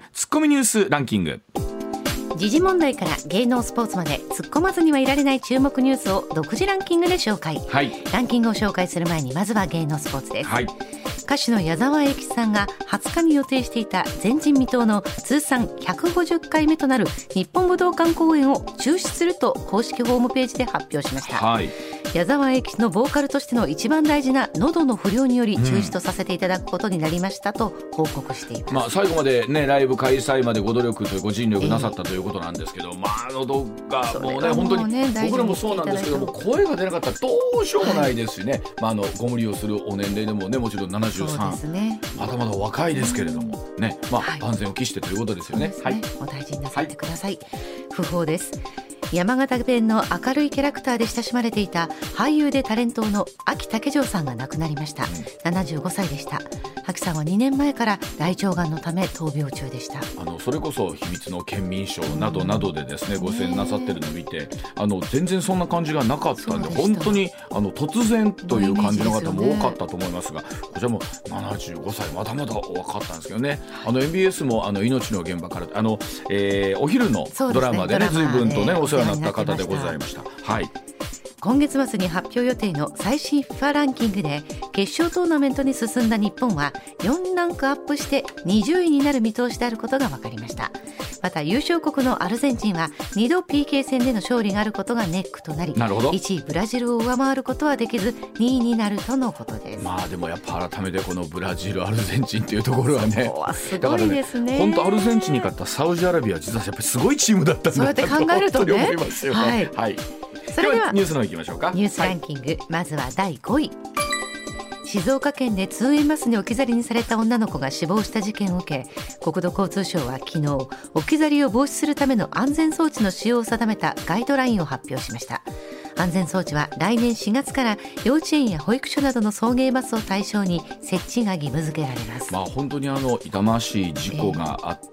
ツッコミニュースランキング。 時事問題から芸能スポーツまで突っ込まずにはいられない注目ニュースを独自ランキングで紹介、 はい、 ランキングを紹介する前にまずは芸能スポーツです、 はい、 歌手の矢沢永吉さんが20日に予定していた前人未到の通算150回目となる日本武道館公演を中止すると公式ホームページで発表しました、 はい、 矢沢永吉のボーカルとしての一番大事な喉の不良により中止とさせていただくことになりましたと報告しています、 最後までねライブ開催までご努力というご尽力なさったということなんですけど、喉がもうね本当に僕らもそうなんですけども、声が出なかったらどうしようもないですしね、ご無理をするお年齢でもね、もちろん73、ね、まだまだ若いですけれどもね、万全を期してということですよね。 はい、お大事になさってください、訃報です。山形弁の明るいキャラクターで親しまれていた俳優でタレントの秋武城さんが亡くなりました、75歳でした。秋さんは2年前から大腸がんのため闘病中でした。 それこそ秘密の県民賞などなどでですね、ご出演なさってるのを見て全然そんな感じがなかったんで、本当に突然という感じの方も多かったと思いますが、こちらも75歳まだまだ若かったんですけどね、MBS も命の現場からお昼のドラマでね随分とねお世話になった方でございました。はい、 今月末に発表予定の最新 FIFA ランキングで決勝トーナメントに進んだ日本は4ランクアップして20位になる見通しであることが分かりました。また優勝国のアルゼンチンは2度 PK 戦での勝利があることがネックとなり、1位ブラジルを上回ることはできず2位になるとのことです。 でもやっぱ改めてこのブラジルアルゼンチンというところはね、 そこはすごいですね。 本当アルゼンチンに勝ったサウジアラビアは実はやっぱりすごいチームだったんだなとそうやって考えるとね、 思いますよね。はい、 それではニュースの方行きましょうか。 ニュースランキング、まずは第5位。静岡県で通園バスに置き去りにされた女の子が死亡した事件を受け、国土交通省は昨日置き去りを防止するための安全装置の使用を定めたガイドラインを発表しました。安全装置は来年4月から幼稚園や保育所などの送迎バスを対象に設置が義務付けられます。 本当に痛ましい事故があって、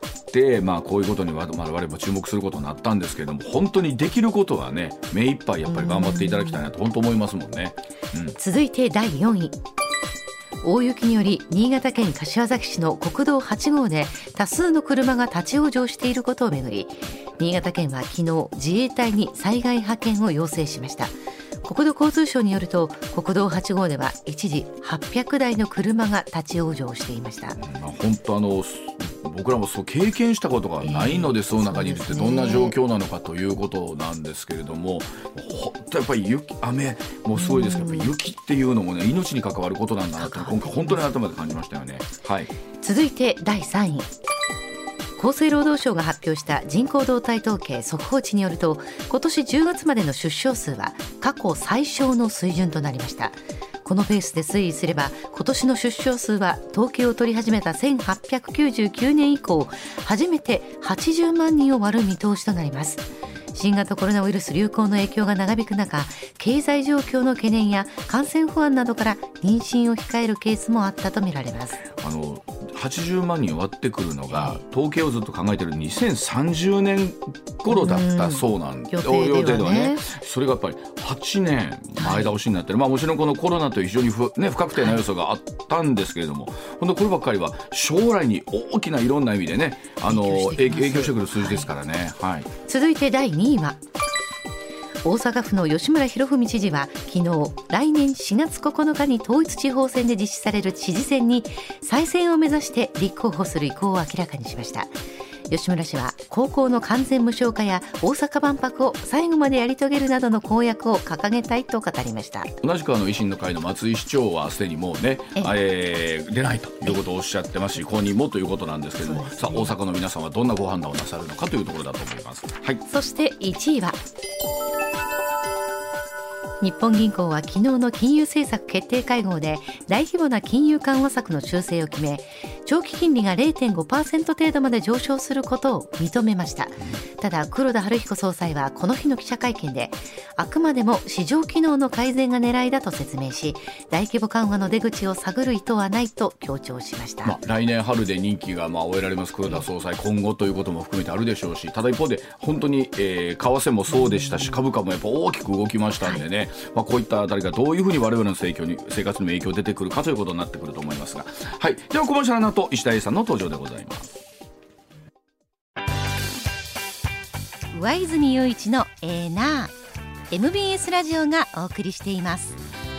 こういうことに我々も注目することになったんですけれども、本当にできることはね目いっぱいやっぱり頑張っていただきたいなと本当思いますもんね。 続いて第4位。大雪により新潟県柏崎市の国道8号で多数の車が立ち往生していることをめぐり、新潟県は昨日自衛隊に災害派遣を要請しました。国土交通省によると国道8号では一時800台の車が立ち往生していました。 本当僕らもそう経験したことがないので、その中にいるってどんな状況なのかということなんですけれども、本当やっぱり雨もすごいですけど、雪っていうのもね命に関わることなんだなって今回本当に頭で感じましたよね。はい、 続いて第3位。厚生労働省が発表した人口動態統計速報値によると、今年10月までの出生数は過去最小の水準となりました。このペースで推移すれば今年の出生数は統計を取り始めた1899年以降初めて80万人を割る見通しとなります。新型コロナウイルス流行の影響が長引く中、経済状況の懸念や感染不安などから妊娠を控えるケースもあったとみられます。 80万人割ってくるのが統計をずっと考えている2030年頃だったそうなんで、予定ではね、それがやっぱり8年前倒しになってる、もちろんこのコロナという非常に不確定な要素があったんですけれども、本当こればっかりは将来に大きないろんな意味でね影響してくる数字ですからね。はい、続いて第2位は大阪府の吉村洋文知事は昨日来年4月9日に統一地方選で実施される知事選に再選を目指して立候補する意向を明らかにしました。吉村氏は高校の完全無償化や大阪万博を最後までやり遂げるなどの公約を掲げたいと語りました。 同じく維新の会の松井市長はすでにもうね、出ないということをおっしゃってますし、公認もということなんですけれども、さあ大阪の皆さんはどんなご判断をなさるのかというところだと思います。はい、 そして1位は日本銀行は昨日の金融政策決定会合で大規模な金融緩和策の修正を決め、長期金利が 0.5% 程度まで上昇することを認めました。ただ黒田晴彦総裁はこの日の記者会見で、あくまでも市場機能の改善が狙いだと説明し、大規模緩和の出口を探る意図はないと強調しました。 来年春で任期が終えられます黒田総裁、今後ということも含めてあるでしょうし、ただ一方で本当に、為替もそうでしたし、株価もやっぱ大きく動きましたんでね、こういったあたりがどういうふうに我々の生活にも影響出てくるかということになってくると思いますが、はい、ではコマーシャルの後石田英さんの登場でございます。 上泉雄一のな MBS ラジオがお送りしています。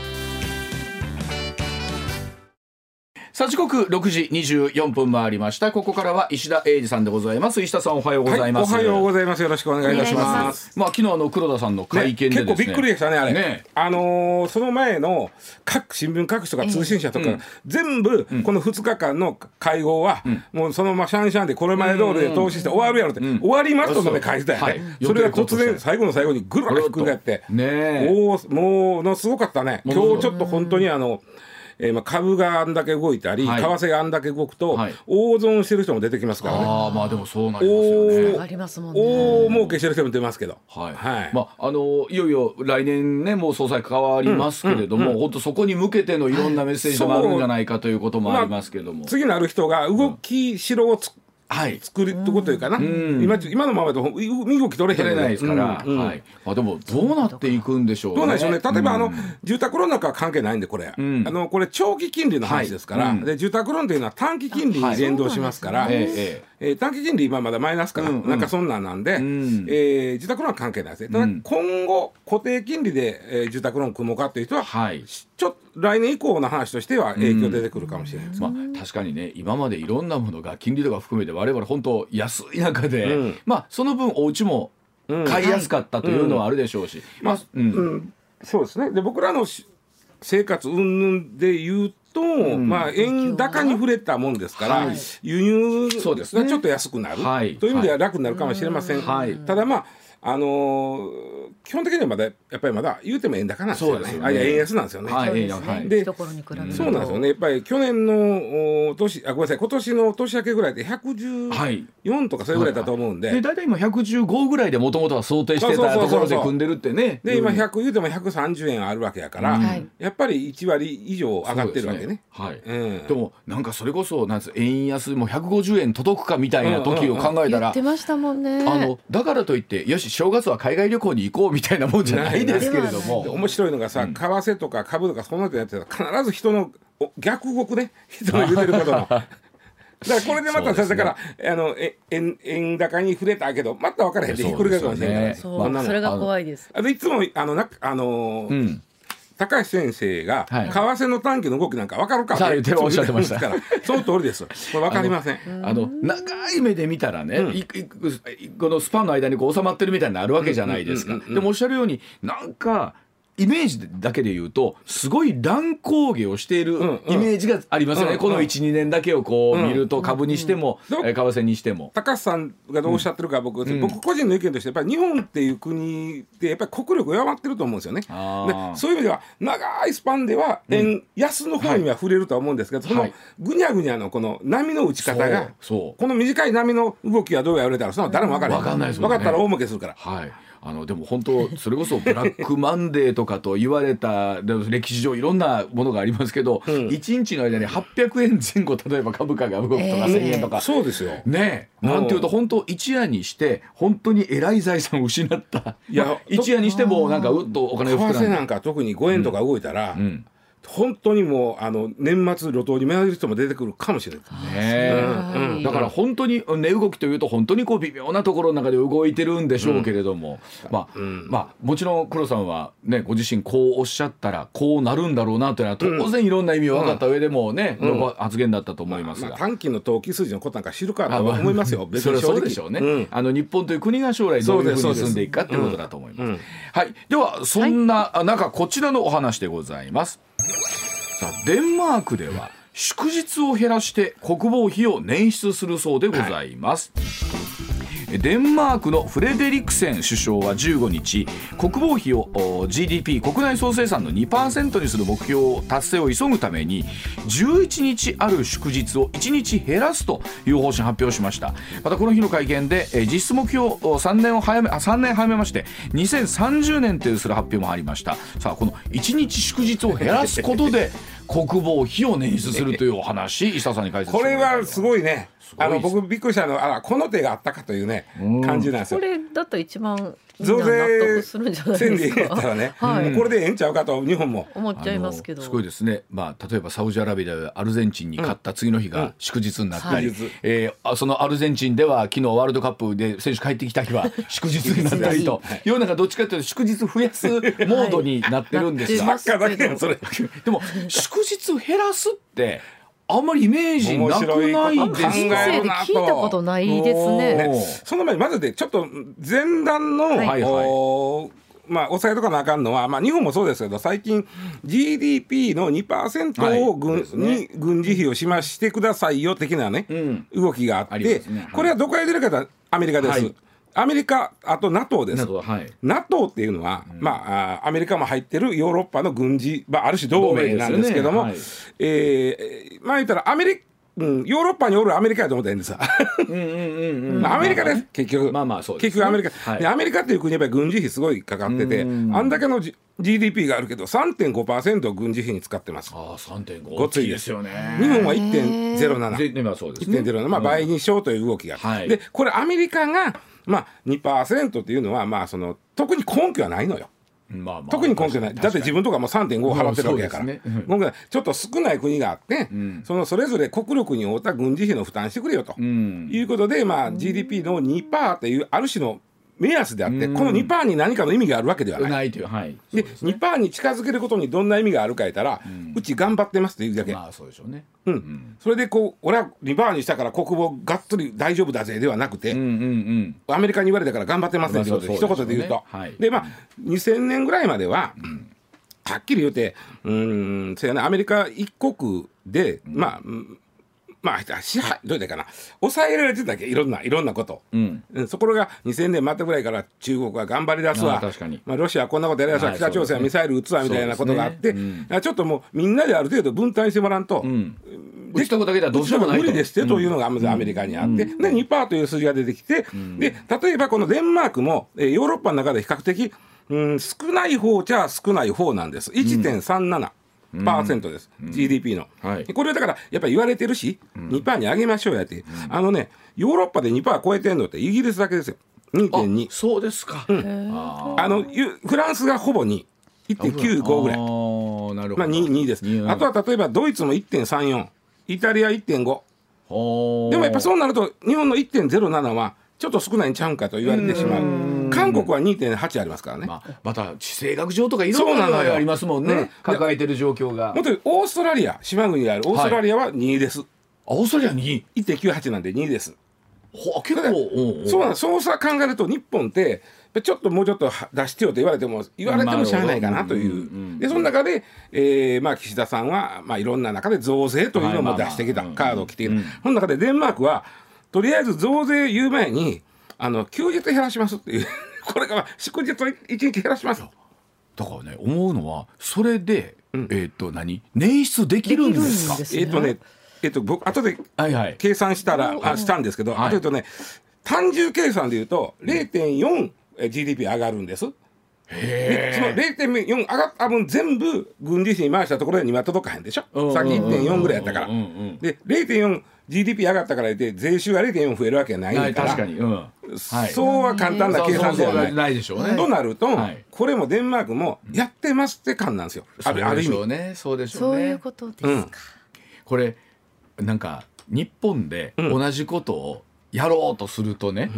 さあ時刻6時24分回りました。ここからは石田英二さんでございます。石田さんおはようございます。 はい、おはようございます。よろしくお願いいたします。 まあ昨日黒田さんの会見でですね、 結構びっくりでしたねあれ、 ね、 その前の各新聞各紙とか通信社とか、全部この2日間の会合は、もうそのままシャンシャンでこれまで通りで投資して終わるやろって、終わりますとので書いてたよね、それが突然最後の最後にぐるっとひっくり返って、もうすごかったね。今日ちょっと本当に株があんだけ動いたり、為替があんだけ動くと、大損してる人も出てきますからね。 まあでもそうなりますよね。 ありますもんね。 大儲けしてる人も出ますけど、 いよいよ来年ねもう総裁変わりますけれども、本当そこに向けてのいろんなメッセージもあるんじゃないかということもありますけども、 次なる人が動きしろを作るってこというかな、今のままだと身動き取れへんないですから、でもどうなっていくんでしょうね。 どうなんでしょうね。例えば住宅ローンなんかは関係ないんで、これこれ長期金利の話ですから、で住宅ローンというのは短期金利に連動しますから、短期金利今まだマイナスから、なんかそんなんで、住宅ローンは関係ないですね。ただ今後固定金利で住宅ローン組もうかっていう人は、ちょっと来年以降の話としては影響出てくるかもしれないです。 確かにね、今までいろんなものが金利とか含めて我々本当安い中で、その分お家も買いやすかったというのはあるでしょうし、 そうですね。で僕らの生活云々で言うと、円高に触れたもんですから、輸入がちょっと安くなる、という意味では楽になるかもしれません。ただ基本的にはまだやっぱりまだ言うても円高なんですよね。円安なんですよね。で、そうなんですよね。やっぱり去年の今年の年明けぐらいで114とかそれぐらいだと思うんで、 だいたい今115ぐらいでもともとは想定してたところで組んでるってね。 で今100言うても130円あるわけやから、やっぱり1割以上上がってるわけね。 でもなんかそれこそなんです円安も150円届くかみたいな時を考えたら、 言ってましたもんね。 だからといってよし正月は海外旅行に行こうみたいなもんじゃないですけれども、 面白いのがさ、為替とか株とかそんなのやってたら必ず人の逆動くね、人の言ってることのだからこれでまただから円高に触れたけどまた分からへんでひっくり返るかもしれない。 それが怖いです。 いつも高橋先生が為替の短期の動きなんか分かるかっておっしゃってましたから、その通りです。これ分かりません。 長い目で見たらね、このスパンの間に収まってるみたいになるわけじゃないですか。でもおっしゃるようになんかイメージだけで言うとすごい乱高下をしているイメージがありますよね。この 1,2 年だけをこう見ると、株にしても為替にしても。 高橋さんがどうおっしゃってるか、僕個人の意見としてやっぱり日本っていう国ってやっぱり国力弱まってると思うんですよね。でそういう意味では長いスパンでは円安の方には触れるとは思うんですけど、そのぐにゃぐにゃのこの波の打ち方が、この短い波の動きがどうやられたらその誰も分からない。分かったら大儲けするから。 でも本当それこそブラックマンデーとかと言われた歴史上いろんなものがありますけど、1日の間に800円前後例えば株価が動くとか1000円とか、 そうですよね。なんていうと本当一夜にして本当に偉い財産を失った。一夜にしてもなんかうっとお金を膨らんで、 為替なんか特に5円とか動いたら、本当にもう年末路頭に迷う人も出てくるかもしれない。 だから本当に値動きというと本当にこう微妙なところの中で動いてるんでしょうけれども、もちろん黒さんはねご自身こうおっしゃったらこうなるんだろうなというのは当然いろんな意味を分かった上でもね、発言だったと思いますが、 短期の投機数字のことなんか知るかと思いますよ。 別にそうでしょうね。日本という国が将来どういうふうに進んでいくかということだと思います。ではそんな中こちらのお話でございます。デンマークでは祝日を減らして国防費を捻出するそうでございます。デンマークのフレデリクセン首相は15日国防費を GDP 国内総生産の 2% にする目標達成を急ぐために11日ある祝日を1日減らすという方針を発表しました。またこの日の会見で実質目標3年早めまして2030年とする発表もありました。さあこの1日祝日を減らすことで国防費を捻出するというお話、石田さんに解説してもらいます。 これはすごいね。 僕びっくりしたのはこの手があったかというね感じなんですよ。 これだったら一番増税するんじゃない宣ですか。 言やったらね、これでええんちゃうかと日本も思っちゃいますけど、 すごいですね。例えばサウジアラビアでアルゼンチンに勝った次の日が祝日になったり、そのアルゼンチンでは昨日ワールドカップで選手帰ってきた日は祝日になったりと世の中どっちかというと祝日増やすモードになってるんですが、 サッカーだけやんそれでも祝日減らすってあんまりイメージなくないですか。 人生で聞いたことないですね。 その前にまずでちょっと前段の、抑えとかなあかんのは、日本もそうですけど最近 GDP の 2% を軍事費をしてくださいよ的なね、動きがあって、これはどこへ出るかとアメリカです、アメリカ、あと NATO です。NATO っていうのは、アメリカも入ってるヨーロッパの軍事、ある種同盟なんですけども、言ったらヨーロッパにおるアメリカやと思ったらいいんですアメリカです結局、結局アメリカ、アメリカっていう国はやっぱり軍事費すごいかかってて、あんだけの、GDP があるけど 3.5% を軍事費に使ってます。 3.5 ごついですよね。日本は 1.07、倍にしようという動きが、でこれアメリカが2% っていうのは特に根拠はないのよ。特に根拠ない。だって自分とかも 3.5 を払ってるわけやから、ちょっと少ない国があって、それぞれ国力に応じた軍事費の負担してくれよと、いうことで、GDP の 2% っていうある種の目安であって、この 2% に何かの意味があるわけではない。で 2% に近づけることにどんな意味があるか言ったら、うち頑張ってますっていうだけ。 そうでしょうね。 それで俺は 2% にしたから国防がっつり大丈夫だぜではなくて、アメリカに言われたから頑張ってますねってことで一言で言うと、で2000年ぐらいまでは、はっきり言うてアメリカ一国で支配どうやったかな、抑えられてたっけ、いろんなこと、そこが2000年待ったぐらいから中国は頑張り出すわ、ロシアはこんなことやりだすわ、北朝鮮はミサイル撃つわみたいなことがあって、ちょっともうみんなである程度分担してもらうと、 できたことだけではどうしようもないと無理ですってというのがまずアメリカにあって、で 2% という数字が出てきて、で例えばこのデンマークもヨーロッパの中で比較的少ない方じゃ少ない方なんです。 1.37%です、GDP の、これはだからやっぱり言われてるし、2% に上げましょうやって、ヨーロッパで 2% 超えてんのってイギリスだけですよ、 2.2。 そうですか。 フランスがほぼ 1.95 ぐらい、2です。あとは例えばドイツも 1.34、 イタリア 1.5。 でもやっぱそうなると日本の 1.07 はちょっと少ないんちゃうんかと言われてしまう。韓国は 2.8 ありますからね。 また地政学上とかいろんなのがありますもんね、抱えてる状況が。 もっとオーストラリア、島国であるオーストラリアは2です。 オーストラリア2、 1.98 なんで2です。 結構そうさ考えると日本ってちょっともうちょっと出してよと言われてもしゃあないかなという、でその中で、岸田さんはいろんな中で増税というのも出してきた、カードを切ってきた、その中でデンマークはとりあえず増税言う前に休日減らしますっていうこれから祝日を1日減らしますだからね、思うのはそれで、捻出できるんですか。 僕後で計算したんですけど、あとね単純計算でいうと 0.4 GDP 上がるんです。でその 0.4 上がった分全部軍事費に回したところで2は届かへんでしょ、さっき 1.4 ぐらいやったから、で 0.4 GDP 上がったから言って税収が 0.4 増えるわけはないから、そうは簡単な計算ではないでしょうね。となると、これもデンマークもやってますって感なんですよ、ある意味。 そうでしょうね。 そういうことですか。 これなんか日本で同じことをやろうとするとね、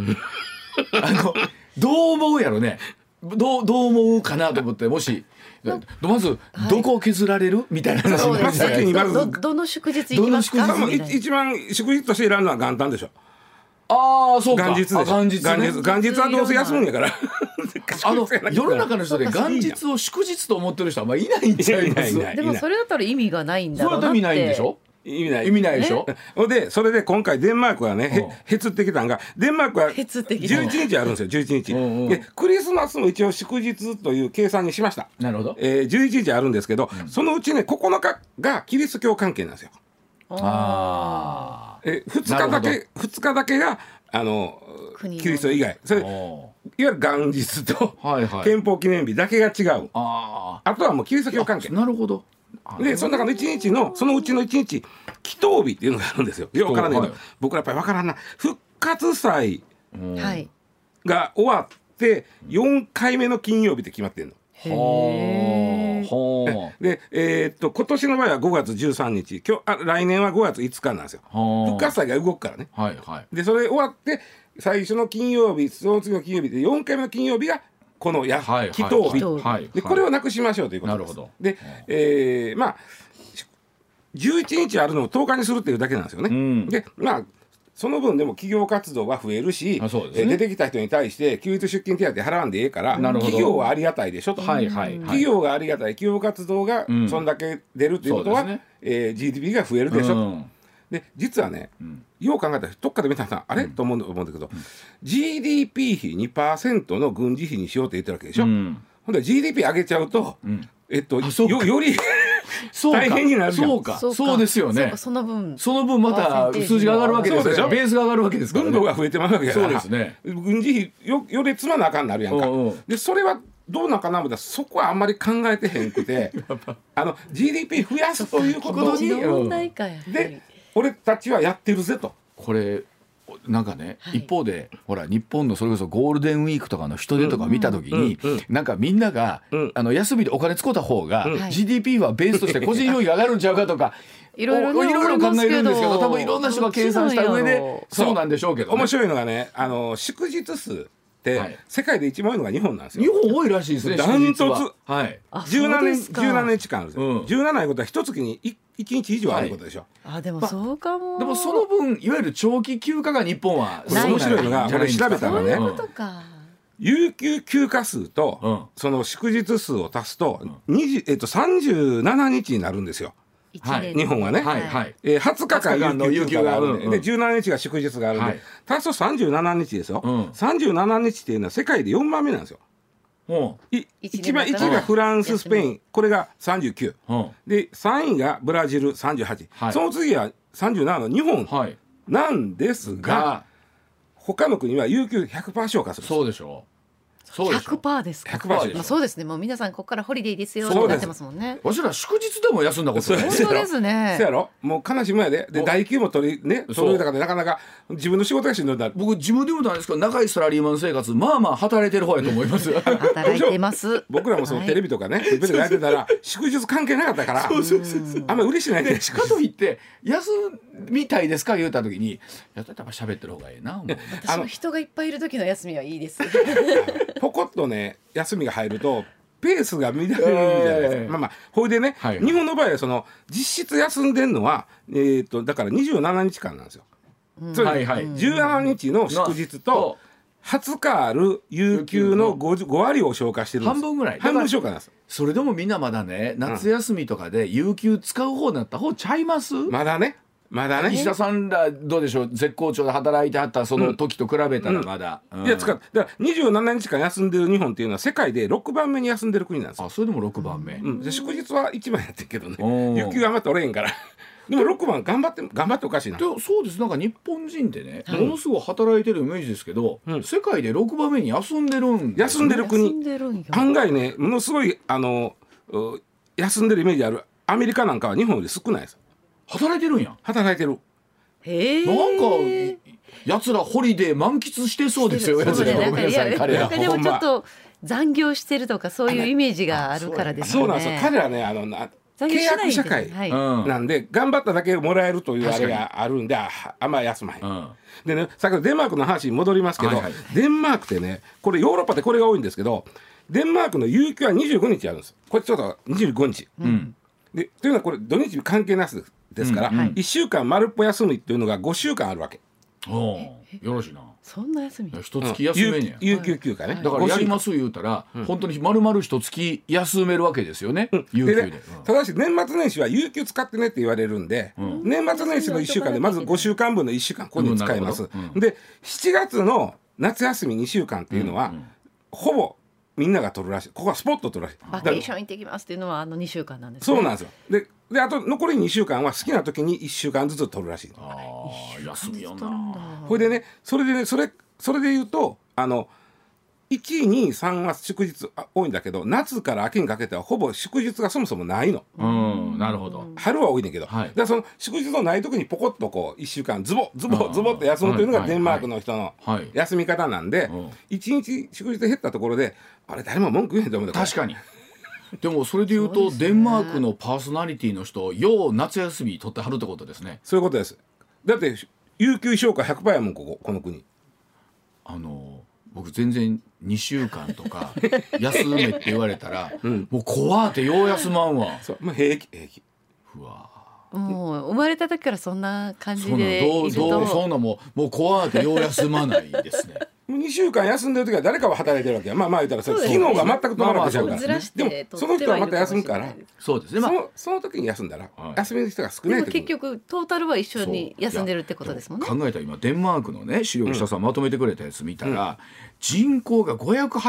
どう思うやろね、どう思うかなと思って、もしまずどこを削られるみたいな話になるじゃないですか。 どの祝日行きますか。 一番祝日として選ぶのは元旦でしょ。 そうか、 元日でしょ。元日はどうせ休むんやから世の中の人で元日を祝日と思ってる人はまあいないんちゃいます。 でもそれだったら意味がないんだろうなって。 それだと意味ないんでしょ。意味ないでしょ。 でそれで今回デンマークはねへつってきたんが、デンマークは11日あるんですよ、11日でクリスマスも一応祝日という計算にしました。 なるほど。 11日あるんですけど、そのうちね9日がキリスト教関係なんですよ。2日だけがキリスト以外、それいわゆる元日と憲法記念日だけが違う。あとはもうキリスト教関係。 なるほど。 でその中の1日のそのうちの1日祈祷日っていうのがあるんですよ。よくわからないけど、僕らやっぱりわからんな。復活祭が終わって4回目の金曜日って決まってんの。で、今年の場合は5月13日来年は5月5日なんですよ。復活祭が動くからね、はいはい、でそれ終わって最初の金曜日その次の金曜日で4回目の金曜日がこの祈祷日、でこれをなくしましょうということです。なるほど。で、まあ11日あるのを10日にするっていうだけなんですよね、うん、でまあその分でも企業活動は増えるし、ね、出てきた人に対して休日出勤手当払わんでええから企業はありがたいでしょと、はいはいはい、企業がありがたい企業活動がそんだけ出るということは、ねGDP が増えるでしょと、うん、で実はね、うん、よう考えたらどっかで見たらあれ、うん、と思うんだけど、うん、GDP 比 2% の軍事費にしようって言ってるわけでしょ、うん、ほんで GDP 上げちゃうと、うん、より大変になるじゃん。 そうですよね。 その分また数字が上がるわけですよ。ベースが上がるわけですから、 ね、分母が増えてますわけだから。そうですね。軍事費より積まなあかんなるやんか。でそれはどうなんかなもそこはあんまり考えてへんくてGDP 増やすということにで俺たちはやってるぜと。 これなんかね、はい、一方でほら日本のそれこそゴールデンウィークとかの人出とか見た時に、なんかみんなが、休みでお金使った方が、GDP はベースとして個人消費が上がるんちゃうかとか、いろいろ考えるんですけど、多分いろんな人が計算した上でそうなんでしょうけど、ね、 面白いのがね祝日数って世界で一番多いのが日本なんですよ。 日本多いらしいですね。 ダントツ、はい、17年間あるんですよ、17いうことは一月に1日以上あることでしょ、 はい、でもそうかも、 でもその分いわゆる長期休暇が日本は面白いのが俺調べたらね、有給休暇数と、その祝日数を足すと、37日になるんですよ。日本はね、はいはい、20日間の有給があるんで、17日が祝日があるんで、足すと37日ですよ、37日っていうのは世界で4番目なんですよ。1がフランススペインこれが39、で3位がブラジル38、その次は37の日本なんですが、他の国は有給 100% 消化する。 そうでしょう。 100% ですか。 100% そうですね。もう皆さんここからホリデーですよってなってますもんね。 わしら祝日でも休んだことない。 本当ですね。 そうやろ。もう悲しむやで。で代給も取るだからなかなか自分の仕事がしんどいんだ。 僕自分でもなんですけど長いサラリーマン生活まあ働いてる方やと思います。 働いてます。 僕らもそのテレビとかね、テレビでやってたら祝日関係なかったから、あんまり嬉しないね。 かといって休みたいですか言うた時にやったら喋ってる方がいいな。 私も人がいっぱいいる時の休みはいいです。 ポコッとね休みが入るとペースが乱れるじゃないですか。まあほいでね、はいはい、日本の場合はその実質休んでんのはだから27日間なんですよ。はいはい、17日の祝日と20日ある有給の 5割を消化してるんです。 半分ぐらい。 半分消化なんです。 それでもみんなまだね夏休みとかで有給使う方になった方ちゃいます？ まだね石田さんらどうでしょう、絶好調で働いてはったその時と比べたらまだ、 いやだから27日間休んでる日本っていうのは世界で6番目に休んでる国なんですよ。 それでも6番目、 で祝日は1番やってるけどね、有給頑張っておれへんからでも6番頑張っておかしいな。 そうです。なんか日本人ってね、ものすごい働いてるイメージですけど、世界で6番目に休んでるんですね。 休んでる国案外ねものすごい休んでるイメージあるアメリカなんかは日本より少ないです。 働いてるんや。 働いてる。 なんかやつらホリデー満喫してそうですよ。やつらごめんなさい彼ら。 でもちょっと残業してるとかそういうイメージがあるからですね。 そうなんですよ。彼らね契約社会なんで頑張っただけもらえるというあれがあるんであんまり休まへん。でね先ほどデンマークの話に戻りますけど、デンマークってねこれヨーロッパってこれが多いんですけどデンマークの有給は25日あるんです。これちょっと25日。でというのはこれ土日関係なしですから、1週間丸っぽ休みっていうのが5週間あるわけ。 よろしいな。 そんな休み一月休めんや。 有給休暇ね。 だからやります言うたら本当に丸々一月休めるわけですよね。有給で。 ただし年末年始は有給使ってねって言われるんで、年末年始の1週間でまず5週間分の1週間ここに使います。で7月の夏休み2週間っていうのはほぼみんなが取るらしい。ここはスポット取るらしい。 バケーション行ってきますっていうのは2週間なんですね。 そうなんですよ。であと残り2週間は好きな時に1週間ずつ取るらしい。 休みよな。 ほいでねそれで言うと 1、2、3は祝日多いんだけど、夏から秋にかけてはほぼ祝日がそもそもないの。 なるほど。 春は多いねんけど、だからその祝日のない時にポコッとこう1週間ズボって休むというのがデンマークの人の休み方なんで、1日祝日減ったところであれ誰も文句言えへんと思うんだから。 確かに。でもそれでいうとデンマークのパーソナリティの人よう夏休み取ってはるってことですね。 そういうことです。だって有給消化 100% やもんこの国。 僕全然2週間とか休めって言われたら、もう怖ってよう休まんわ。 そう、平気。 うわ、 もう生まれた時からそんな感じでいるとそんなもう怖ってよう休まないですね。 2週間休んでる時は誰かは働いてるわけや。まあ言ったら機能が全く止まるわけちゃうから、でもその人はまた休むから、 そうですね、 その時に休んだら、休める人が少ない時に。 でも結局トータルは一緒に休んでるってことですもんね。 考えたら今デンマークのね資料記者さんまとめてくれたやつ見たら、人口が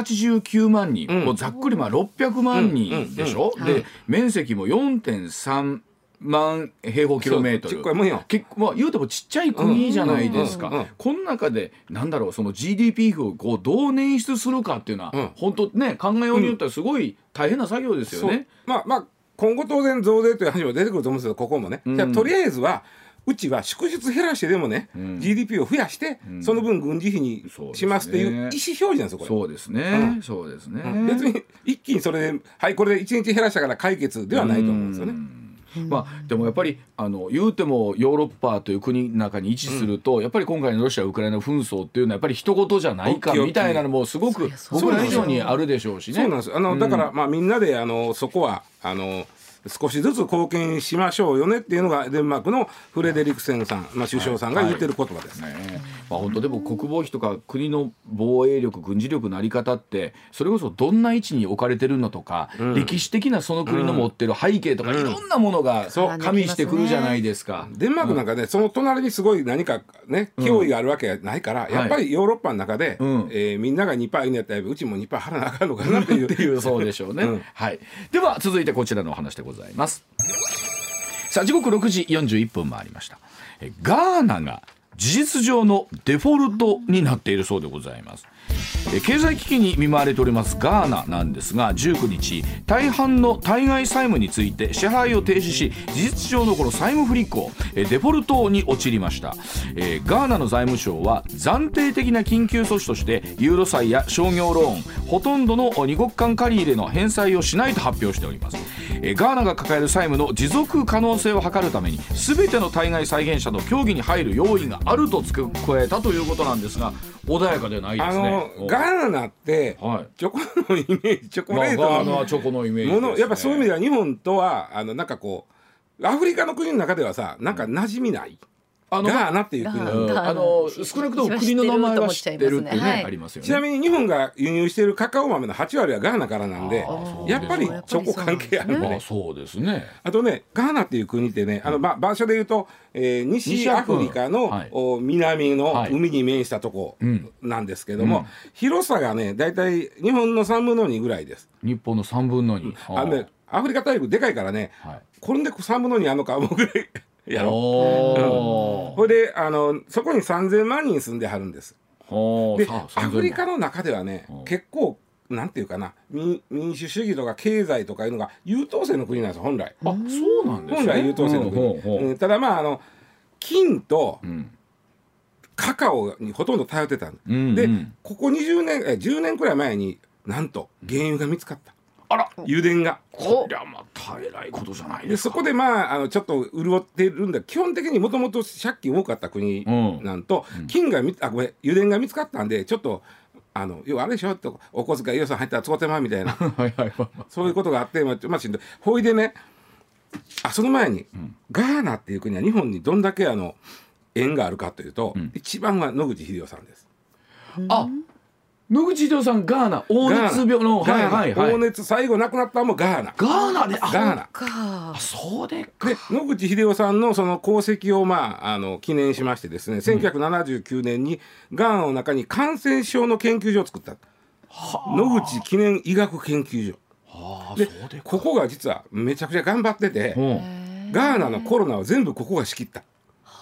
589万人、もうざっくり600万人でしょ、で面積も 4.3万平方キロメートル、結構言うてもちっちゃい国じゃないですか。この中でなんだろう、その GDP をこうどう捻出するかっていうのは、本当ね考えようによってはすごい大変な作業ですよね。 まあ今後当然増税という話も出てくると思うんですけど、ここもね、じゃあとりあえずはうちは祝日減らしてでもね、GDP を増やして、その分軍事費にしますという意思表示なんですよこれ。 そうですね、そうですね、 別に一気にそれではいこれで1日減らしたから解決ではないと思うんですよね。 でもやっぱり言うてもヨーロッパという国の中に位置すると、やっぱり今回のロシア・ウクライナ紛争っていうのはやっぱり一言じゃないかみたいなのもすごく僕ら以上にあるでしょうしね。 そうなんです。だからみんなでそこは少しずつ貢献しましょうよねっていうのがデンマークのフレデリクセンさん、首相さんが言ってる言葉です。 本当でも国防費とか国の防衛力軍事力のあり方ってそれこそどんな位置に置かれてるのとか、歴史的なその国の持ってる背景とか、いろんなものが加味してくるじゃないですか。 デンマークなんかね、その隣にすごい何かね脅威があるわけがないから、やっぱりヨーロッパの中で、みんなが 2% にやったらうちも 2% 払わなあかんのかなっていうそうでしょうね。では続いてこちらのお話でございます。さあ時刻6時41分回りました。ガーナが事実上のデフォルトになっているそうでございます。経済危機に見舞われておりますガーナなんですが、19日大半の対外債務について支払いを停止し、事実上のこの債務不履行デフォルトに陥りました。ガーナの財務省は暫定的な緊急措置としてユーロ債や商業ローンほとんどの二国間借り入れの返済をしないと発表しております。ガーナが抱える債務の持続可能性を図るために全ての対外債権者と協議に入る用意があると付け加えたということなんですが、穏やかでないですね。 ガーナってチョコのイメージ、チョコレートガーナはチョコのイメージですね。 やっぱそういう意味では日本とはなんかこうアフリカの国の中ではさ、なんか馴染みない。ガーナっていう国、 少なくとも国の名前は知ってるってね、ありますよね。 ちなみに日本が輸入しているカカオ豆の8割はガーナからなんで、やっぱりチョコ関係あるね。 そうですね。 あとね、ガーナっていう国ってね、場所でいうと、西アフリカの南の海に面したとこなんですけども、広さがねだいたい日本の3分の2ぐらいです。 日本の3分の2。 アフリカ大陸でかいからね、これで3分の2あんのかもぐらいやろ。それでそこに3000万人住んではるんです。でアフリカの中ではね、結構なんていうかな、民主主義とか経済とかいうのが優等生の国なんですよ本来。 そうなんですね。 本来優等生の国。ただ金とカカオにほとんど頼ってたんで、ここ10年くらい前になんと原油が見つかった。油田が。 こりゃまたえらいことじゃないですか。 そこでちょっと潤ってるんだ。基本的にもともと借金多かった国なんと、油田が見つかったんで、ちょっと要はあれでしょと、お小遣い予算入ったら使ってまうみたいなそういうことがあって、しんどい。ほいでね、その前に、ガーナっていう国は日本にどんだけ縁があるかというと、一番は野口英世さんです。 野口英世さん、ガーナ黄熱病の黄熱、最後亡くなったのもガーナ。 ガーナで、 ガーナ。 そうでか。 で野口英世さんのその功績を記念しましてですね、1979年にガーナの中に感染症の研究所を作った。野口記念医学研究所。でここが実はめちゃくちゃ頑張ってて、ガーナのコロナを全部ここが仕切った。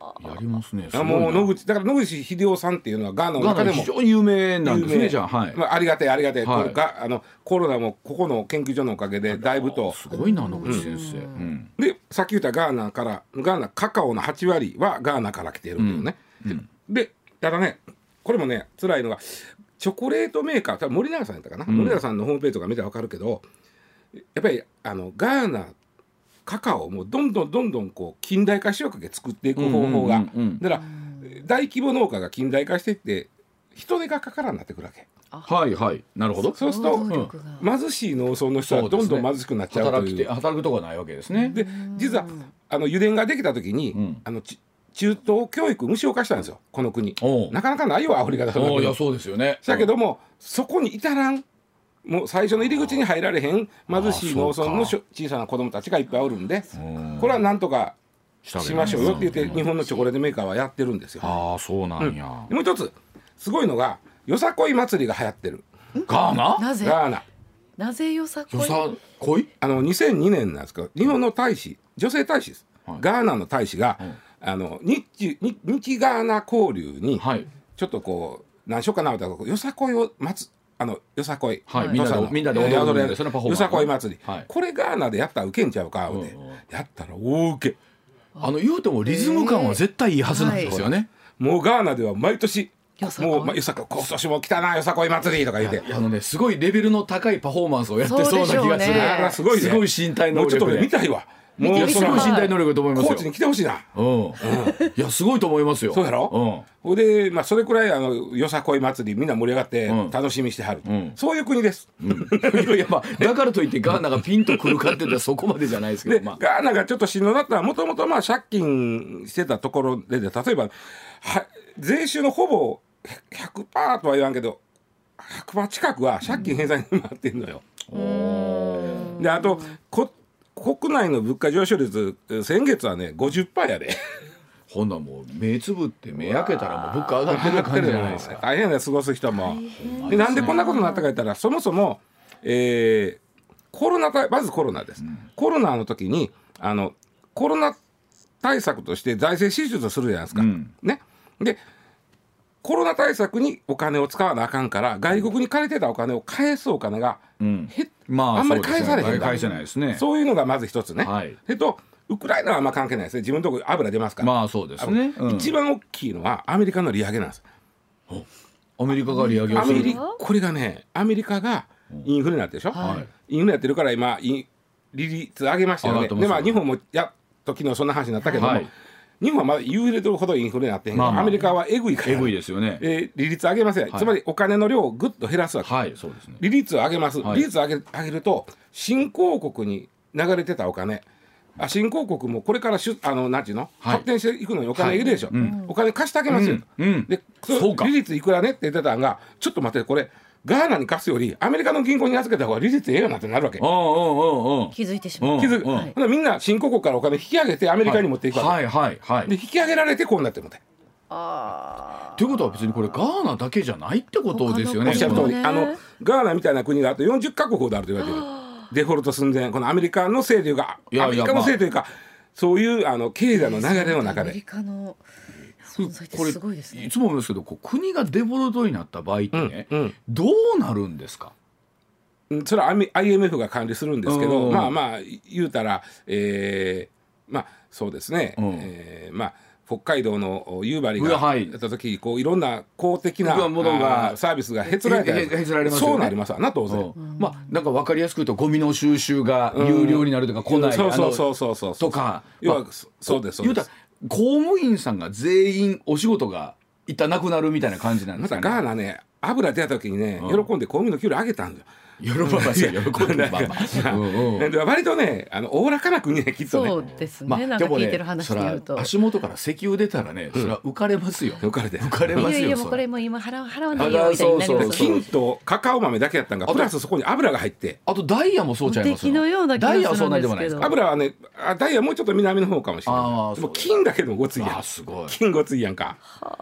やりますね。 もう野口英世さんっていうのはガーナの中でも非常に有名なんですね。じゃあ、はい、 ありがてえ、コロナもここの研究所のおかげでだいぶと。 すごいな、野口先生。 でさっき言ったガーナカカオの8割はガーナから来ているんだよね。でただね、これもね辛いのがチョコレートメーカー、多分森永さんやったかな、森永さんのホームページとか見たら分かるけど、やっぱりガーナカカオもどんどんこう近代化しようかけ作っていく方法が、だから大規模農家が近代化していって人手がかからんなってくるわけ。 はいはい、なるほど。 そうすると、貧しい農村の人はどんどん貧しくなっちゃうという、 働くとこないわけですね。 で実は油田ができた時に、中等教育無償化したんですよ、この国。なかなかないよアフリカだと。 いやそうですよね。 だけども、そこに至らん、もう最初の入り口に入られへん貧しい農村の小さな子供たちがいっぱいおるんで、これはなんとかしましょうよって言って日本のチョコレートメーカーはやってるんですよ。 ああそうなんや。 もう一つすごいのがよさこい祭りが流行ってる。 ガーナ？ なぜよさこい ？2002年なんですけど、日本の大使、女性大使です、ガーナの大使が、日ガーナ交流にちょっとこう何しようかなみたいな、よさこいをよさこい、 みんなで踊るんですよね、パフォーマンス。 よさこい祭り、これガーナでやったらウケんちゃうかってやったら大ウケ。 言うてもリズム感は絶対いいはずなんですよね。 もうガーナでは毎年もうよさこい、今年も来たなよさこい祭りとか言って、 すごいレベルの高いパフォーマンスをやってそうな気がする。すごい身体能力で。 もうちょっと見たいわ。 もうすごい身体能力だと思いますよ。 コーチに来てほしいな。 いやすごいと思いますよ。 そうやろ。ほいでそれくらいよさこい祭りみんな盛り上がって楽しみにしてはる。そういう国です。 いやだからといってガーナがピンとくるかって言ったらそこまでじゃないですけど。 ガーナがちょっとしんどだったら、もともと借金してたところで、例えば税収のほぼ 100% とは言わんけど 100% 近くは借金返済に回ってんのよ。であと国内の物価上昇率先月はね 50% やで。 ほんなもう目つぶって目開けたらもう物価上がってる感じじゃないですか。 大変だよ過ごす人も。でなんでこんなことになったか言ったら、そもそも、まずコロナです。コロナの時にコロナ対策として財政支出するじゃないですか、ね。でコロナ対策にお金を使わなあかんから、外国に借りてたお金を返すお金があんまり返されへんだ。そういうのがまず一つね。ウクライナはあんま関係ないですね。自分のとこ油出ますから。 そうですね。 一番大きいのはアメリカの利上げなんです。 アメリカが利上げをする。 これがね、アメリカがインフレになってるでしょ。インフレやってるから今利率上げましたよね。で日本も昨日そんな話になったけども、日本はまだユーレドルほどインフレになってへんけど、アメリカはえぐいから、 えぐいですよね。 利率上げますよ、つまりお金の量をぐっと減らすわけ。 そうですね。 利率を上げます。利率を上げると新興国に流れてたお金、新興国もこれからなんていうの、発展していくのにお金いるでしょ、お金貸してあげますよ、で利率いくらねって言ってたんが、ちょっと待って、これガーナに貸すよりアメリカの銀行に預けた方が利率ええよなってなるわけ。 気づいてしまう。 みんな新興国からお金引き上げてアメリカに持っていくわけで、引き上げられてこうなってもて。 ということは別にこれガーナだけじゃないってことですよね。 おっしゃる通り、ガーナみたいな国があと40カ国ほどあると言われてる。デフォルト寸前、このアメリカのせいというか、アメリカのせいというか、そういう経済の流れの中で。 これいつも思うんですけど、国がデフォルトになった場合ってね、どうなるんですか。 それは IMF が管理するんですけど、言うたら、そうですね、北海道の夕張がやった時、いろんな公的なものがサービスがへつられて、そうなりますわな当然。 なんか分かりやすく言うとゴミの収集が有料になるとか、来ないとか、 そうです。 公務員さんが全員お仕事が一旦なくなるみたいな感じなんですかね。 またガーナね、油出た時にね、喜んで公務員の給料上げたんだよ。 喜んで割とね、おおらかな国ね、きっとね。 そうですね。なんか聞いてる話によると、 足元から石油出たらね、それは浮かれますよ。浮かれますよ。 いやもうこれも今払わないよみたいになります。 金とカカオ豆だけやったんが、プラスそこに油が入って、 あとダイヤもそうちゃいます。 敵のような気がするんですけど。ダイヤはそうなんでもないですか。 油はね、ダイヤもうちょっと南の方かもしれない。でも金だけでもごついやん。金ごついやんか。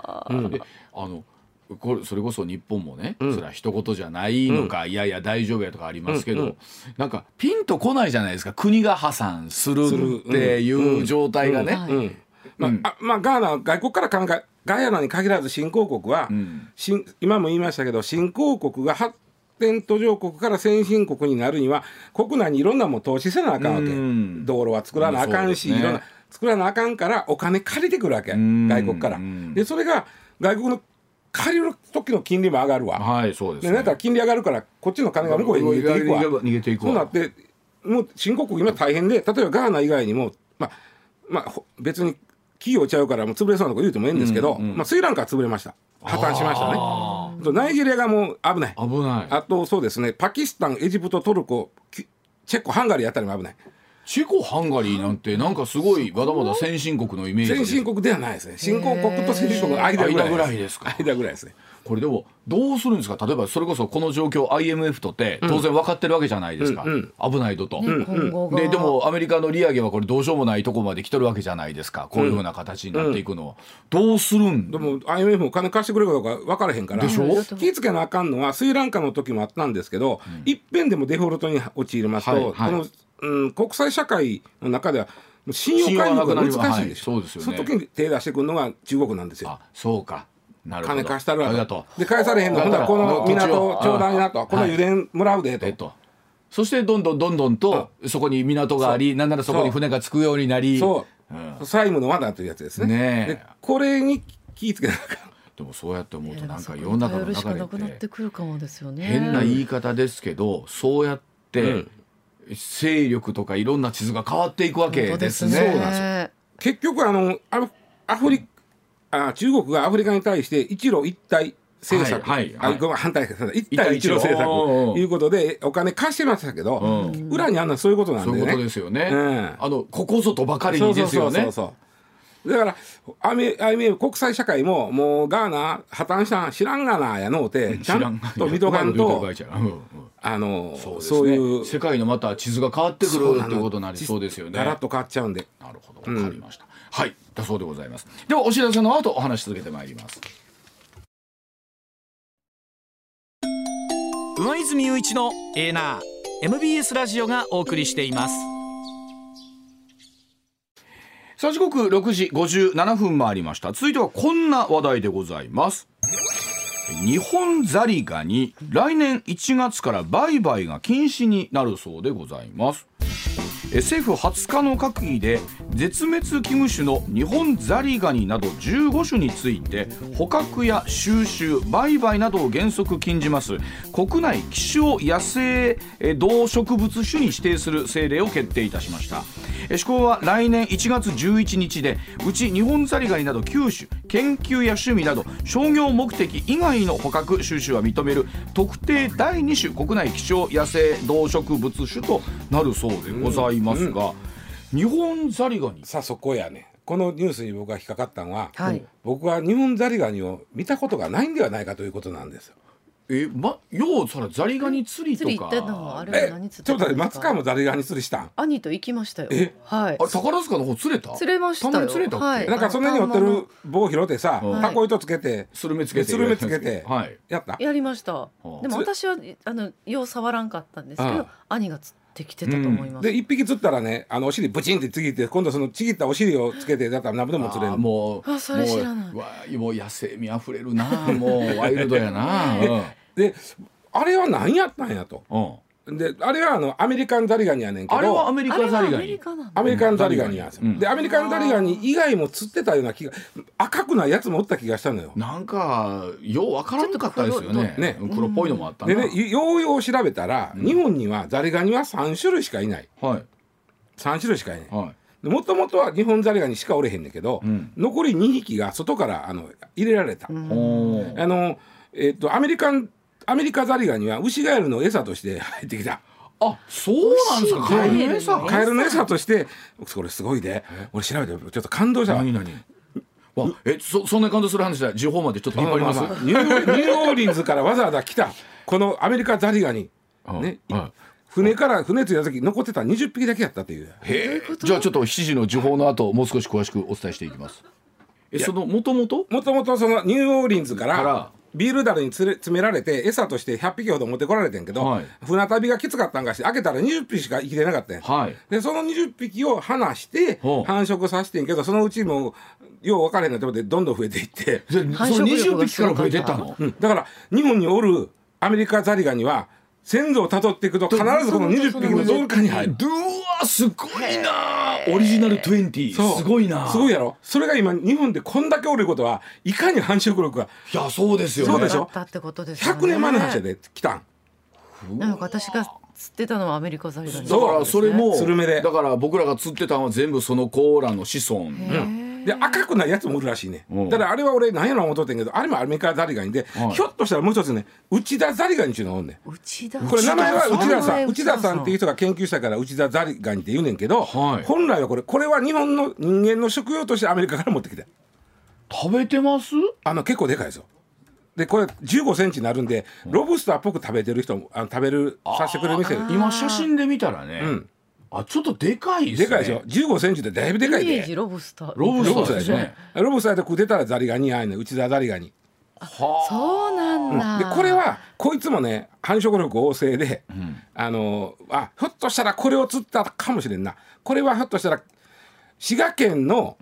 それこそ日本もね、それは一言じゃないのか、いやいや大丈夫やとかありますけど、なんかピンとこないじゃないですか、国が破産するっていう状態がね。 ガーナは外国からガヤナに限らず新興国は、今も言いましたけど新興国が発展途上国から先進国になるには国内にいろんなもん投資せなあかんわけ、道路は作らなあかんし、いろんな作らなあかんからお金借りてくるわけ、外国から。でそれが外国の借りる時の金利も上がるわ、 そうですね。 なんか金利上がるからこっちの金が向こうへ逃げていくわ。そうなってもう新興国今大変で、例えばガーナ以外にも別に企業ちゃうからもう潰れそうなこと言うてもいいんですけど、スリランカは潰れました、破綻しましたね。ナイジェリアがもう危ない。あとそうですね、パキスタン、エジプト、トルコ、チェコ、ハンガリーあたりも危ない。 チェコ、ハンガリーなんてなんかすごいまだまだ先進国のイメージです。 先進国ではないですね。新興国と先進国の間ぐらいですか。間ぐらいですね。 これでもどうするんですか。例えばそれこそこの状況 IMF とって当然分かってるわけじゃないですか、危ないと、でもアメリカの利上げはこれどうしようもないとこまで来てるわけじゃないですか。こういうふうな形になっていくのは、どうするんでも IMF も金貸してくれるかどうか分からへんから。でしょ。気ぃつけなあかんのはスリランカの時もあったんですけど、いっぺんでもデフォルトに陥りますと、この国際社会の中では信用回復が難しいでしょ。その時に手出してくるのが中国なんですよ。 そうか、なるほど。 金貸したるわと。で返されへんの、ほんならこの港ちょうだいなと、この油田もらうでと。 そしてどんどんとそこに港があり、なんならそこに船が着くようになり、 債務の罠というやつですね。でこれに気ぃつけなあかん。 でもそうやって思うとなんか世の中の流れって変な言い方ですけど、そうやって勢力とかいろんな地図が変わっていくわけですね。そうなんですよ。結局中国がアフリカに対して一路一帯政策、反対一帯一路政策ということでお金貸してましたけど、裏にあんなそういうことなんでね。 そういうことですよね。ここぞとばかりにですよね。 だからIMF 国際社会ももうガーナ破綻したん知らんがなやのうて、ちゃんと見とかんとそういう世界のまた地図が変わってくるっていうことになりそうですよね。 ガラッと変わっちゃうんで。 なるほど、分かりました。はい、だそうでございます。ではお知らせの後お話し続けてまいります。 上泉雄一のエーナー MBS ラジオがお送りしています。 さあ時刻6時57分回りました。続いてはこんな話題でございます。日本ザリガニ、来年1月から売買が禁止になるそうでございます。政府20日の閣議で絶滅危惧種の日本ザリガニなど15種について捕獲や収集、売買などを原則禁じます国内希少野生動植物種に指定する政令を決定いたしました。施行は来年1月11日で、うち日本ザリガニなど9種、研究や趣味など商業目的以外の捕獲収集は認める特定第2種国内希少野生動植物種となるそうでございますが、日本ザリガニ、 さあそこやね。このニュースに僕が引っかかったのは、僕は日本ザリガニを見たことがないんではないかということなんですよ。 ようそらザリガニ釣りとか。 ちょっと待って、松川もザリガニ釣りしたん？ 兄と行きましたよ。 宝塚の方釣れた？ 釣れましたよ。 たまに釣れたっけ？ なんかその辺に乗ってる棒拾ってさ、タコ糸つけてスルメつけてやった？ やりました。でも私はよう触らんかったんですけど、兄が釣ってきてたと思います。 で一匹釣ったらね、お尻ブチンってちぎって、今度そのちぎったお尻をつけてだったら何でも釣れる。 それ知らない。 もう野生味あふれるな。もうワイルドやな。 であれは何やったんやと。であれはアメリカンザリガニやねんけど、 あれはアメリカザリガニ、 アメリカンザリガニなんですよ。でアメリカンザリガニ以外も釣ってたような気が、赤くないやつもおった気がしたのよ。 なんかようわからんかったですよね。黒っぽいのもあったな。 でね、よう調べたら、日本にはザリガニは3種類しかいない。3種類しかいない。もともとは日本ザリガニしかおれへんねんけど、残り2匹が外から入れられた。アメリカザリガニはウシガエルの餌として入ってきた。 そうなんですか。 カエルの餌として、これすごいで、俺調べてちょっと感動した。 そんな感動する話だ。時報までちょっと引っ張ります。 ニューオーリンズからわざわざ来たこのアメリカザリガニね、船着いた時残ってた20匹だけやったという。 じゃあちょっと7時の時報の後もう少し詳しくお伝えしていきます。もともとそのニューオーリンズからビール樽に詰められて餌として100匹ほど持ってこられてんけど、はい、船旅がきつかったんかして開けたら20匹しか生きてなかったんや、はい、でその20匹を放して繁殖させてんけど、そのうちもよう分からへんなところでどんどん増えていって、 その20匹から増えてったの、 だから日本におるアメリカザリガニは先祖をたどっていくと必ずこの20匹の増加に入る。 うわすごいな、オリジナル20、すごいな、 すごいやろ。それが今日本でこんだけおることはいかに繁殖力が、 いやそうですよね、 そうでしょ、100年前の話で来たん。 なんか私が釣ってたのはアメリカザリガニだからそれもスルメで、 だから僕らが釣ってたのは全部そのコーラの子孫、 で赤くないやつもおるらしいね。だからあれは俺何やろ思っとってんけど、あれもアメリカザリガニで、ひょっとしたらもう一つね、内田ザリガニっていうのがおんねん。これ名前は内田さんっていう人が研究したから内田ザリガニって言うねんけど、本来はこれは日本の人間の食用としてアメリカから持ってきて食べてます。 結構でかいですよ。でこれ15センチになるんで、ロブスターっぽく食べてる人も食べるさせてくれる店、 今写真で見たらね、ちょっとでかいですね。 でかいでしょ。15センチでだいぶでかいで。 イメージロブスター。 ロブスターですね。 ロブスターで食ってたらザリガニやんねん、内田ザリガニ。 そうなんだ。 でこれはこいつもね繁殖力旺盛で、ひょっとしたらこれを釣ったかもしれんな。これはひょっとしたら滋賀県の、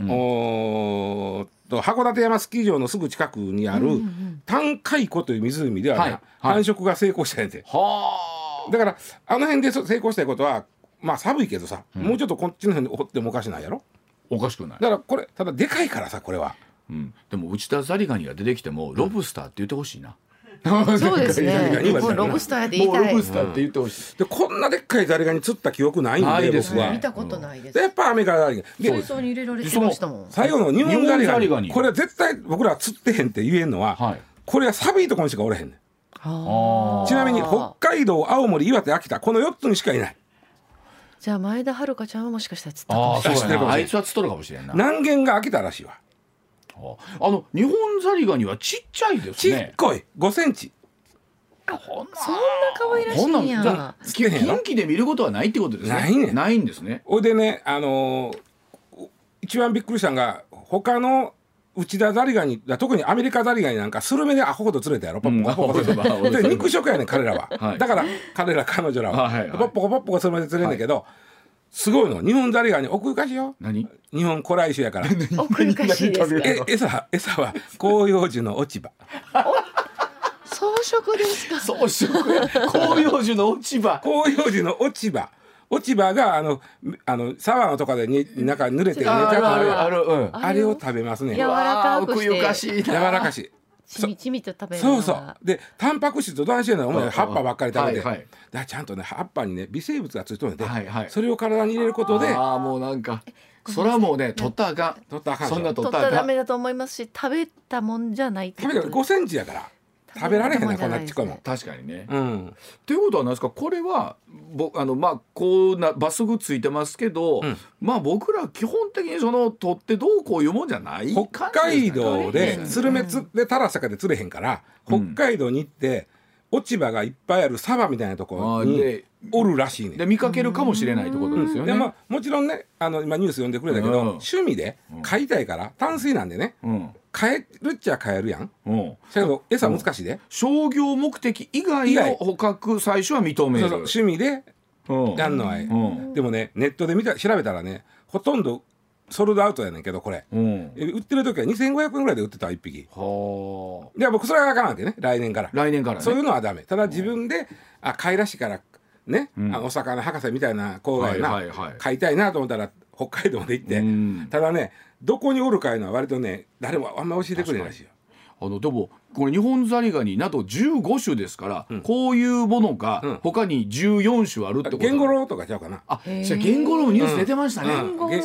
函館山スキー場のすぐ近くにある淡海湖という湖では、繁殖が成功したんやて。だからあの辺で成功したいことは、まあ寒いけどさ、もうちょっとこっちの辺に掘ってもおかしないやろ。 おかしくない。 だからこれただでかいからさ、これは、 でも内田ザリガニが出てきてもロブスターって言ってほしいな。 そうですね。もうロブスターで言いたい。 ロブスターって言ってほしい。 でこんなでっかいザリガニ釣った記憶ないんで、僕は見たことないです。 やっぱアメリカザリガニ水槽に入れられてましたもん。 最後の日本ザリガニ、これは絶対僕らは釣ってへんって言えんのは、これは寒いところにしかおれへんねん。ちなみに北海道、青森、岩手、秋田、この4つにしかいない。 じゃあ前田遥ちゃんはもしかしたら釣ったかもしれない。 あいつは釣っとるかもしれんな。 南限が秋田らしいわ。 日本ザリガニはちっちゃいですね。 ちっこい5センチ。 そんな可愛らしいんや。 近畿で見ることはないってことですね。ないんですね。 おいでね、一番びっくりしたのが他の内田ザリガニ、特にアメリカザリガニなんかスルメでアホほど釣れたやろ。ポッポコポッポコで肉食やねん彼らは、だから彼女らはポッポコポッポコスルメで釣れんだけど、すごいの日本ザリガニ奥ゆかしいよ。 何？ 日本古来種やから奥ゆかしいですか。 餌は広葉樹の落ち葉。 装飾ですか。 装飾や。広葉樹の落ち葉。 広葉樹の落ち葉。落ち葉が沢のとかで中に濡れてあれを食べますね。 柔らかくして。 奥ゆかしいな。 柔らかしい。 ちみちみと食べる。 そうでタンパク質とどないしてんの、お前葉っぱばっかり食べて、だからちゃんとね葉っぱにね微生物がついてるので、それを体に入れることで、 もうなんかそれはもうね取ったらあかん。そんな取ったらダメだと思いますし、食べたもんじゃないって。 食べたら5センチやから食べられへんな、こんなちっこいもん。 確かにね。ということは何ですか、これはこうなバスグついてますけど、僕ら基本的に取ってどうこういうもんじゃない感じですか。 北海道でスルメ釣ってタラサカで釣れへんから、北海道に行って落ち葉がいっぱいある沢みたいなところにおるらしいね。 で見かけるかもしれないってことですよね。 でもちろんね、今ニュース読んでくれたけど、趣味で飼いたいから淡水なんでね、飼えるっちゃ飼えるやん。だけど餌難しいで。 商業目的以外の捕獲最初は認める。 趣味でやんのはでもね、ネットで調べたらね、ほとんどソールドアウトやねんけど、これ売ってる時は2500円ぐらいで売ってた1匹。いや僕それはあかんわけね。来年からね。そういうのはダメ。ただ自分で飼いらしいからね、お魚博士みたいな子が飼いたいなと思ったら北海道で行って、ただねどこにおるかいうのは割とね誰もあんま教えてくれないらしいよ。 でもこれ日本ザリガニなど15種ですから、こういうものが他に14種あるってこと。 ゲンゴロウとかちゃうかな。 ゲンゴロウニュース出てましたね。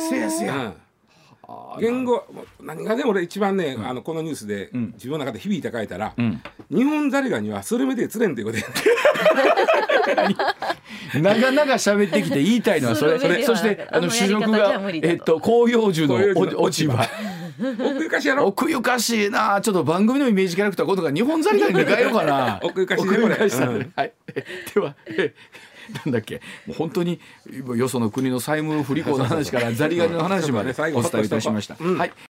言語何がね、俺一番ね、このニュースで自分の中で響いた書いたら、日本ザリガニはスルメで釣れんということで長々喋ってきて言いたいのはそれ。そして主力が広葉樹の落ち葉。 奥ゆかしいやろ。 奥ゆかしいな。ちょっと番組のイメージキャラクターことが日本ザリガニに変えようかな。 奥ゆかしいねこれ。 はい。ではなんだっけ、もう本当によその国の債務不履行の話からザリガニの話までお伝えいたしました。はい。